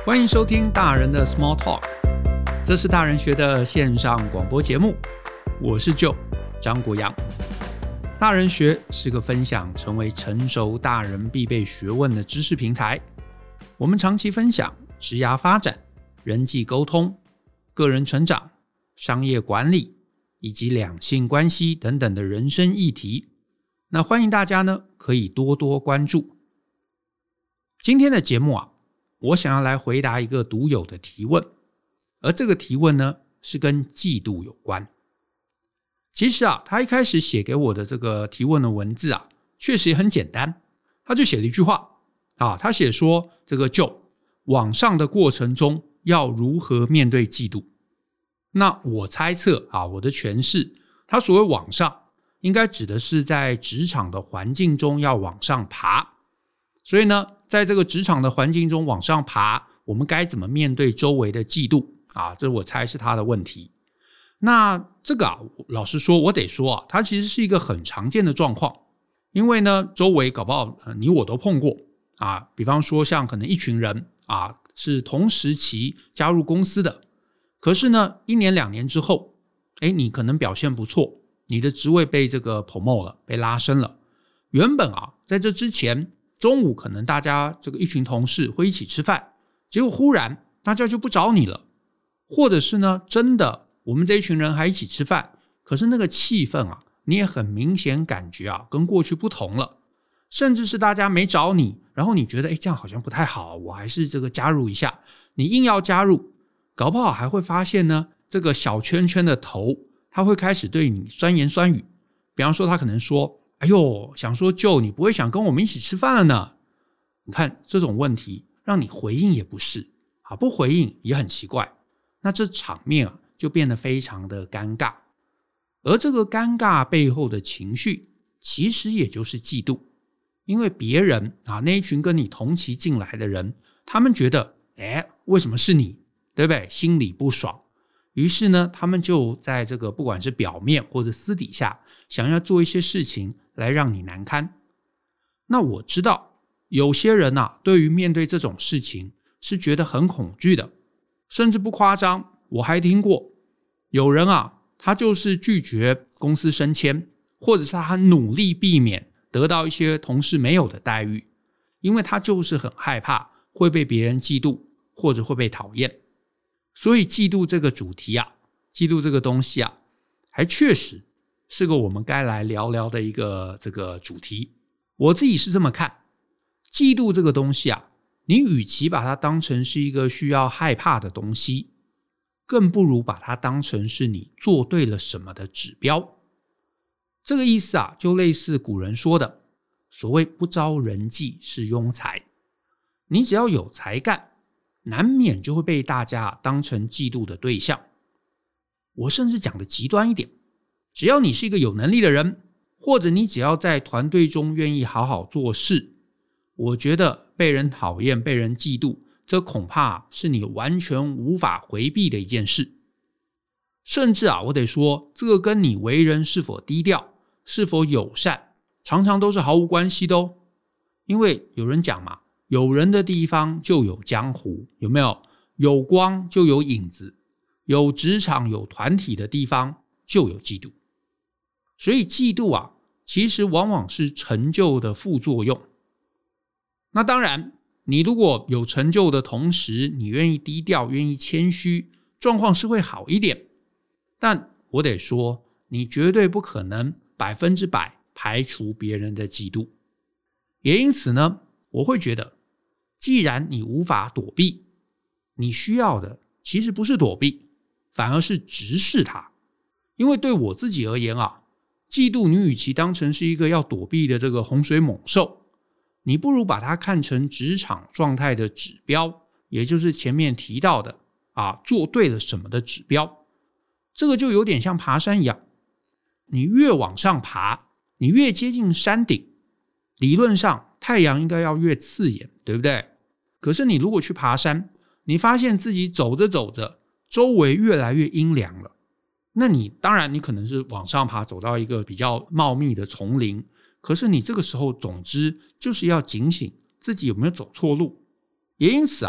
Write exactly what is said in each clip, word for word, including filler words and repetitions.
欢迎收听大人的 Small Talk， 这是大人学的线上广播节目，我是 Joe 张国阳。大人学是个分享成为成熟大人必备学问的知识平台，我们长期分享职涯发展、人际沟通、个人成长、商业管理以及两性关系等等的人生议题。那欢迎大家呢可以多多关注。今天的节目啊，我想要来回答一个读友的提问，而这个提问呢是跟嫉妒有关。其实啊，他一开始写给我的这个提问的文字啊，确实也很简单，他就写了一句话啊，他写说这个就往上的过程中要如何面对嫉妒。那我猜测啊，我的诠释，他所谓往上，应该指的是在职场的环境中要往上爬。所以呢，在这个职场的环境中往上爬，我们该怎么面对周围的嫉妒啊？这我猜是他的问题。那这个啊，老实说，我得说啊，它其实是一个很常见的状况。因为呢，周围搞不好、呃、你我都碰过啊。比方说，像可能一群人啊，是同时期加入公司的，可是呢，一年两年之后，哎，你可能表现不错，你的职位被这个 promote 了，被拉升了。原本啊，在这之前，中午可能大家这个一群同事会一起吃饭，结果忽然大家就不找你了，或者是呢，真的我们这一群人还一起吃饭，可是那个气氛啊，你也很明显感觉啊，跟过去不同了。甚至是大家没找你，然后你觉得诶这样好像不太好，我还是这个加入一下，你硬要加入，搞不好还会发现呢，这个小圈圈的头他会开始对你酸言酸语。比方说他可能说，哎呦，想说就你不会想跟我们一起吃饭了呢？你看这种问题让你回应也不是啊，不回应也很奇怪，那这场面啊就变得非常的尴尬。而这个尴尬背后的情绪其实也就是嫉妒。因为别人啊，那一群跟你同期进来的人，他们觉得诶为什么是你，对不对？心里不爽。于是呢，他们就在这个不管是表面或者私底下想要做一些事情来让你难堪。那我知道有些人啊，对于面对这种事情是觉得很恐惧的，甚至不夸张，我还听过有人啊，他就是拒绝公司升迁，或者是他努力避免得到一些同事没有的待遇，因为他就是很害怕会被别人嫉妒或者会被讨厌。所以嫉妒这个主题啊，嫉妒这个东西啊，还确实是个我们该来聊聊的一个这个主题。我自己是这么看，嫉妒这个东西啊，你与其把它当成是一个需要害怕的东西，更不如把它当成是你做对了什么的指标。这个意思啊，就类似古人说的，所谓不招人忌是庸才。你只要有才干，难免就会被大家当成嫉妒的对象。我甚至讲的极端一点，只要你是一个有能力的人，或者你只要在团队中愿意好好做事，我觉得被人讨厌、被人嫉妒，这恐怕是你完全无法回避的一件事。甚至啊，我得说，这个跟你为人是否低调、是否友善，常常都是毫无关系的哦。因为有人讲嘛，有人的地方就有江湖，有没有？有光就有影子，有职场有团体的地方就有嫉妒。所以嫉妒啊，其实往往是成就的副作用。那当然，你如果有成就的同时，你愿意低调，愿意谦虚，状况是会好一点。但我得说，你绝对不可能百分之百排除别人的嫉妒。也因此呢，我会觉得，既然你无法躲避，你需要的其实不是躲避，反而是直视它。因为对我自己而言啊，嫉妒你与其当成是一个要躲避的这个洪水猛兽，你不如把它看成职场状态的指标，也就是前面提到的啊，做对了什么的指标。这个就有点像爬山一样，你越往上爬，你越接近山顶，理论上太阳应该要越刺眼，对不对？可是你如果去爬山，你发现自己走着走着，周围越来越阴凉了，那你当然你可能是往上爬，走到一个比较茂密的丛林，可是你这个时候总之就是要警醒自己有没有走错路。也因此啊，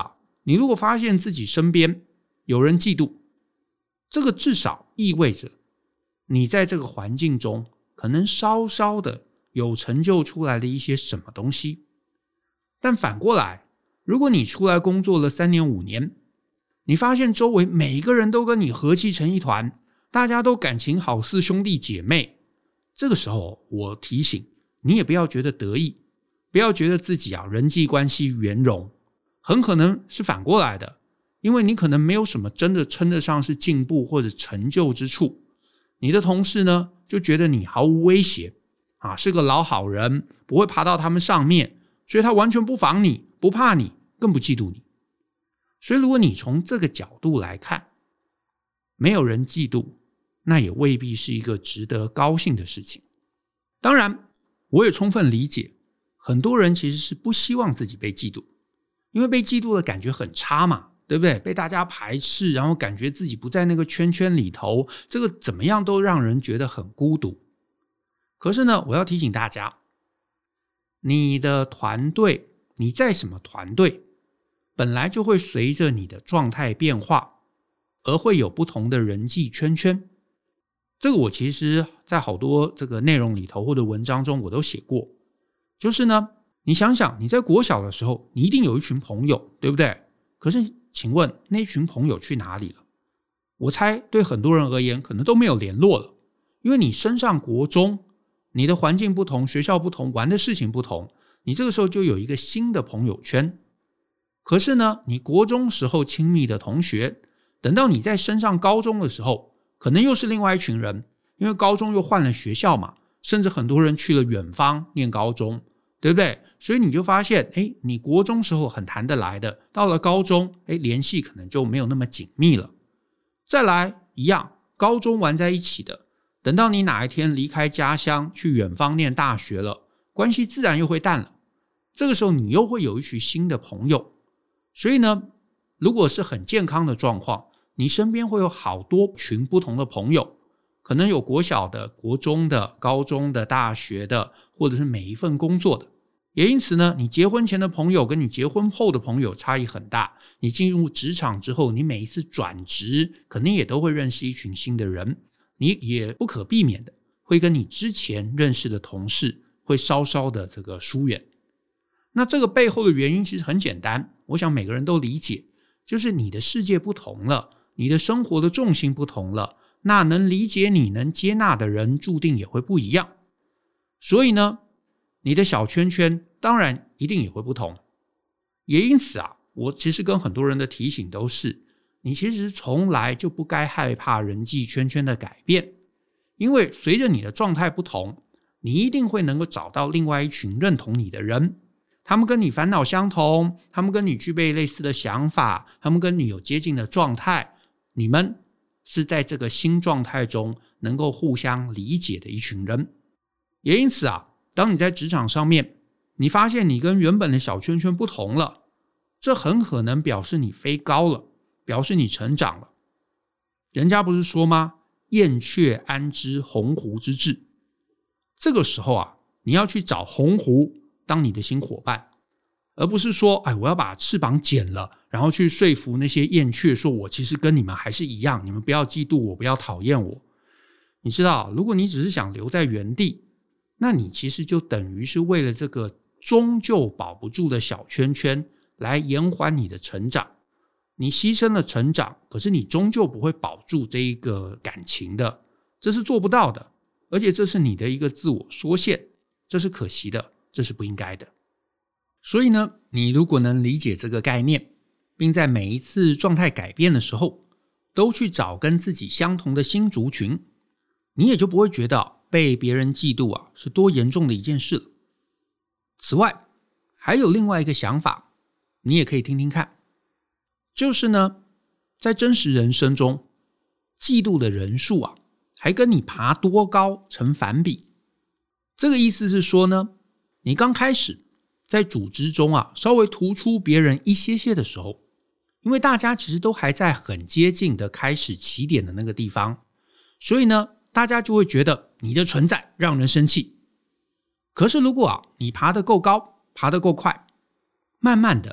你如果发现自己身边有人嫉妒，这个至少意味着你在这个环境中可能稍稍的有成就出来的一些什么东西。但反过来，如果你出来工作了三年五年，你发现周围每一个人都跟你和气成一团，大家都感情好似兄弟姐妹，这个时候我提醒你也不要觉得得意，不要觉得自己啊人际关系圆融，很可能是反过来的，因为你可能没有什么真的称得上是进步或者成就之处，你的同事呢就觉得你毫无威胁啊，是个老好人，不会爬到他们上面，所以他完全不防你，不怕你，更不嫉妒你。所以如果你从这个角度来看，没有人嫉妒，那也未必是一个值得高兴的事情。当然我也充分理解，很多人其实是不希望自己被嫉妒，因为被嫉妒的感觉很差嘛，对不对？被大家排斥，然后感觉自己不在那个圈圈里头，这个怎么样都让人觉得很孤独。可是呢，我要提醒大家，你的团队，你在什么团队，本来就会随着你的状态变化，而会有不同的人际圈圈。这个我其实在好多这个内容里头或者文章中我都写过，就是呢，你想想你在国小的时候，你一定有一群朋友，对不对？可是请问那群朋友去哪里了？我猜对很多人而言可能都没有联络了，因为你升上国中，你的环境不同，学校不同，玩的事情不同，你这个时候就有一个新的朋友圈。可是呢，你国中时候亲密的同学，等到你在升上高中的时候，可能又是另外一群人，因为高中又换了学校嘛，甚至很多人去了远方念高中，对不对？所以你就发现，诶，你国中时候很谈得来的，到了高中，诶，联系可能就没有那么紧密了。再来一样，高中玩在一起的，等到你哪一天离开家乡去远方念大学了，关系自然又会淡了。这个时候你又会有一群新的朋友。所以呢，如果是很健康的状况，你身边会有好多群不同的朋友，可能有国小的、国中的、高中的、大学的，或者是每一份工作的。也因此呢，你结婚前的朋友跟你结婚后的朋友差异很大，你进入职场之后，你每一次转职可能也都会认识一群新的人，你也不可避免的会跟你之前认识的同事会稍稍的这个疏远。那这个背后的原因其实很简单，我想每个人都理解，就是你的世界不同了，你的生活的重心不同了，那能理解你能接纳的人注定也会不一样。所以呢，你的小圈圈当然一定也会不同。也因此啊，我其实跟很多人的提醒都是，你其实从来就不该害怕人际圈圈的改变，因为随着你的状态不同，你一定会能够找到另外一群认同你的人，他们跟你烦恼相同，他们跟你具备类似的想法，他们跟你有接近的状态，你们是在这个新状态中能够互相理解的一群人。也因此啊，当你在职场上面，你发现你跟原本的小圈圈不同了，这很可能表示你飞高了，表示你成长了。人家不是说吗？燕雀安知鸿鹄之志。这个时候啊，你要去找鸿鹄当你的新伙伴，而不是说，哎，我要把翅膀剪了，然后去说服那些燕雀，说我其实跟你们还是一样，你们不要嫉妒我，不要讨厌我。你知道，如果你只是想留在原地，那你其实就等于是为了这个终究保不住的小圈圈来延缓你的成长。你牺牲了成长，可是你终究不会保住这一个感情的，这是做不到的，而且这是你的一个自我缩限，这是可惜的，这是不应该的。所以呢，你如果能理解这个概念，并在每一次状态改变的时候都去找跟自己相同的新族群，你也就不会觉得被别人嫉妒啊是多严重的一件事了。此外，还有另外一个想法，你也可以听听看，就是呢，在真实人生中，嫉妒的人数啊还跟你爬多高成反比。这个意思是说呢，你刚开始在组织中啊稍微突出别人一些些的时候，因为大家其实都还在很接近的开始起点的那个地方，所以呢大家就会觉得你的存在让人生气。可是如果啊你爬得够高，爬得够快，慢慢的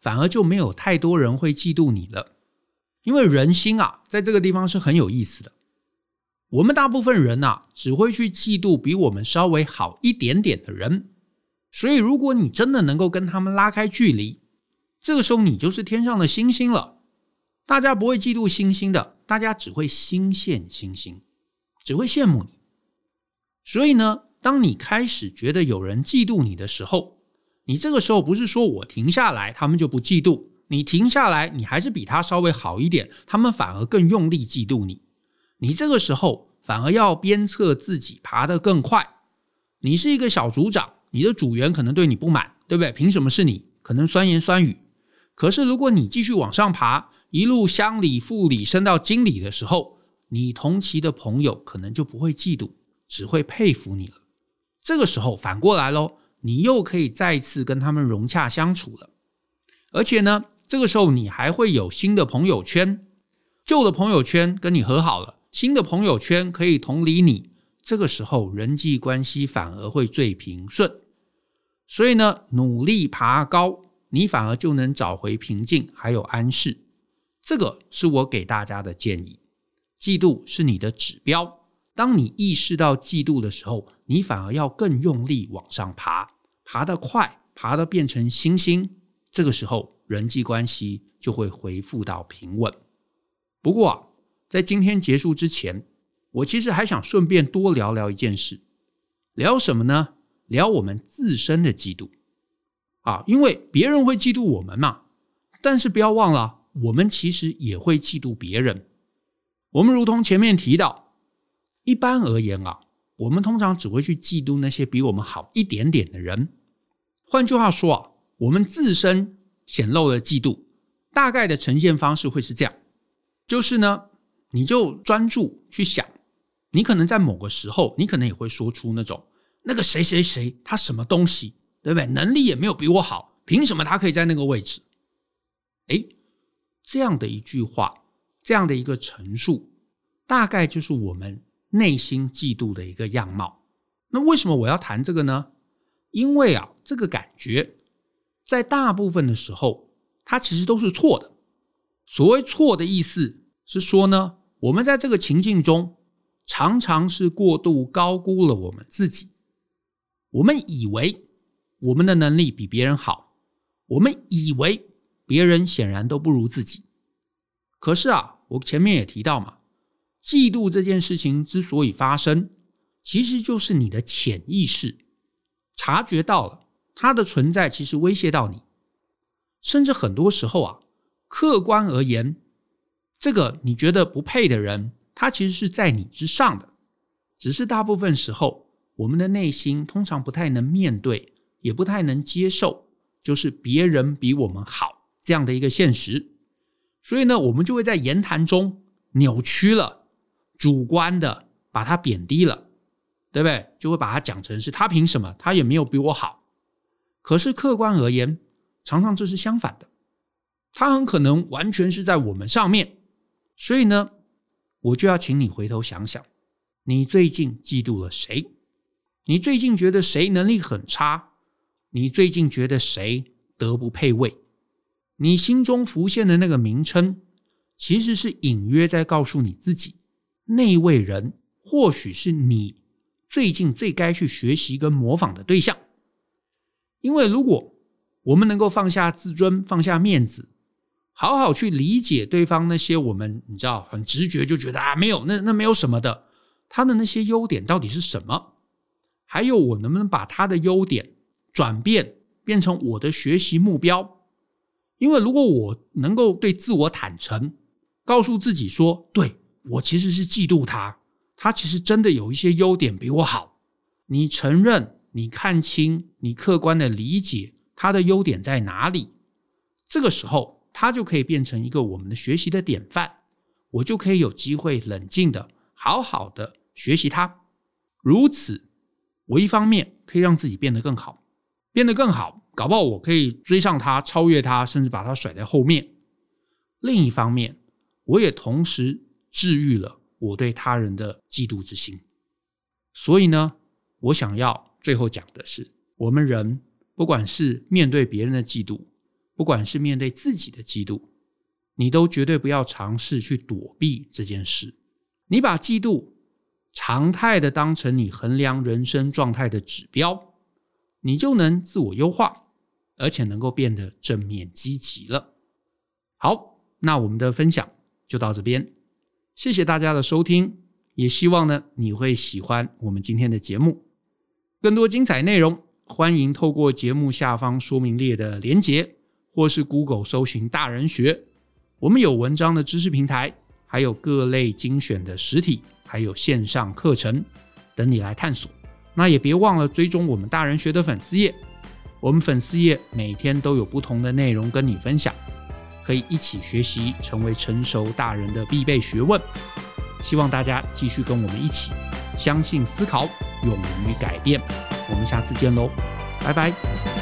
反而就没有太多人会嫉妒你了。因为人心啊，在这个地方是很有意思的。我们大部分人啊，只会去嫉妒比我们稍微好一点点的人。所以如果你真的能够跟他们拉开距离，这个时候你就是天上的星星了。大家不会嫉妒星星的，大家只会心羡星星，只会羡慕你。所以呢，当你开始觉得有人嫉妒你的时候，你这个时候不是说我停下来他们就不嫉妒，你停下来你还是比他稍微好一点，他们反而更用力嫉妒你。你这个时候反而要鞭策自己爬得更快。你是一个小组长，你的组员可能对你不满，对不对？凭什么是你？可能酸言酸语。可是如果你继续往上爬，一路乡里副理升到经理的时候，你同期的朋友可能就不会嫉妒，只会佩服你了。这个时候反过来咯，你又可以再次跟他们融洽相处了。而且呢，这个时候你还会有新的朋友圈，旧的朋友圈跟你和好了，新的朋友圈可以同理你，这个时候人际关系反而会最平顺。所以呢，努力爬高，你反而就能找回平静还有安适。这个是我给大家的建议。嫉妒是你的指标，当你意识到嫉妒的时候，你反而要更用力往上爬，爬得快，爬得变成星星，这个时候人际关系就会恢复到平稳。不过啊，在今天结束之前，我其实还想顺便多聊聊一件事。聊什么呢？聊我们自身的嫉妒啊，因为别人会嫉妒我们嘛，但是不要忘了，我们其实也会嫉妒别人。我们如同前面提到，一般而言啊，我们通常只会去嫉妒那些比我们好一点点的人。换句话说啊，我们自身显露的嫉妒，大概的呈现方式会是这样，就是呢，你就专注去想，你可能在某个时候，你可能也会说出那种，那个谁谁谁他什么东西，对不对？能力也没有比我好，凭什么他可以在那个位置？诶，这样的一句话，这样的一个陈述，大概就是我们内心嫉妒的一个样貌。那为什么我要谈这个呢？因为啊，这个感觉在大部分的时候它其实都是错的。所谓错的意思是说呢，我们在这个情境中常常是过度高估了我们自己。我们以为我们的能力比别人好，我们以为别人显然都不如自己。可是啊，我前面也提到嘛，嫉妒这件事情之所以发生，其实就是你的潜意识察觉到了它的存在其实威胁到你。甚至很多时候啊，客观而言，这个你觉得不配的人，他其实是在你之上的。只是大部分时候，我们的内心通常不太能面对，也不太能接受，就是别人比我们好这样的一个现实。所以呢，我们就会在言谈中扭曲了，主观的把它贬低了，对不对？就会把它讲成是他凭什么，他也没有比我好。可是客观而言，常常这是相反的，他很可能完全是在我们上面。所以呢，我就要请你回头想想，你最近嫉妒了谁？你最近觉得谁能力很差？你最近觉得谁德不配位？你心中浮现的那个名称，其实是隐约在告诉你自己，那一位人或许是你最近最该去学习跟模仿的对象。因为如果我们能够放下自尊，放下面子，好好去理解对方那些我们你知道很直觉就觉得啊没有那那没有什么的，他的那些优点到底是什么？还有我能不能把他的优点转变变成我的学习目标？因为如果我能够对自我坦诚，告诉自己说，对，我其实是嫉妒他，他其实真的有一些优点比我好。你承认，你看清，你客观的理解他的优点在哪里，这个时候他就可以变成一个我们的学习的典范，我就可以有机会冷静的好好的学习他。如此我一方面可以让自己变得更好，变得更好，搞不好我可以追上他，超越他，甚至把他甩在后面。另一方面，我也同时治愈了我对他人的嫉妒之心。所以呢，我想要最后讲的是，我们人不管是面对别人的嫉妒， 不管是面对自己的嫉妒，你都绝对不要尝试去躲避这件事。你把嫉妒常态的当成你衡量人生状态的指标，你就能自我优化，而且能够变得正面积极了。好，那我们的分享就到这边，谢谢大家的收听，也希望呢你会喜欢我们今天的节目。更多精彩内容，欢迎透过节目下方说明列的连结，或是 Google 搜寻大人学。我们有文章的知识平台，还有各类精选的实体还有线上课程等你来探索。那也别忘了追踪我们大人学的粉丝页，我们粉丝页每天都有不同的内容跟你分享，可以一起学习成为成熟大人的必备学问。希望大家继续跟我们一起相信思考，勇于改变。我们下次见喽，拜拜。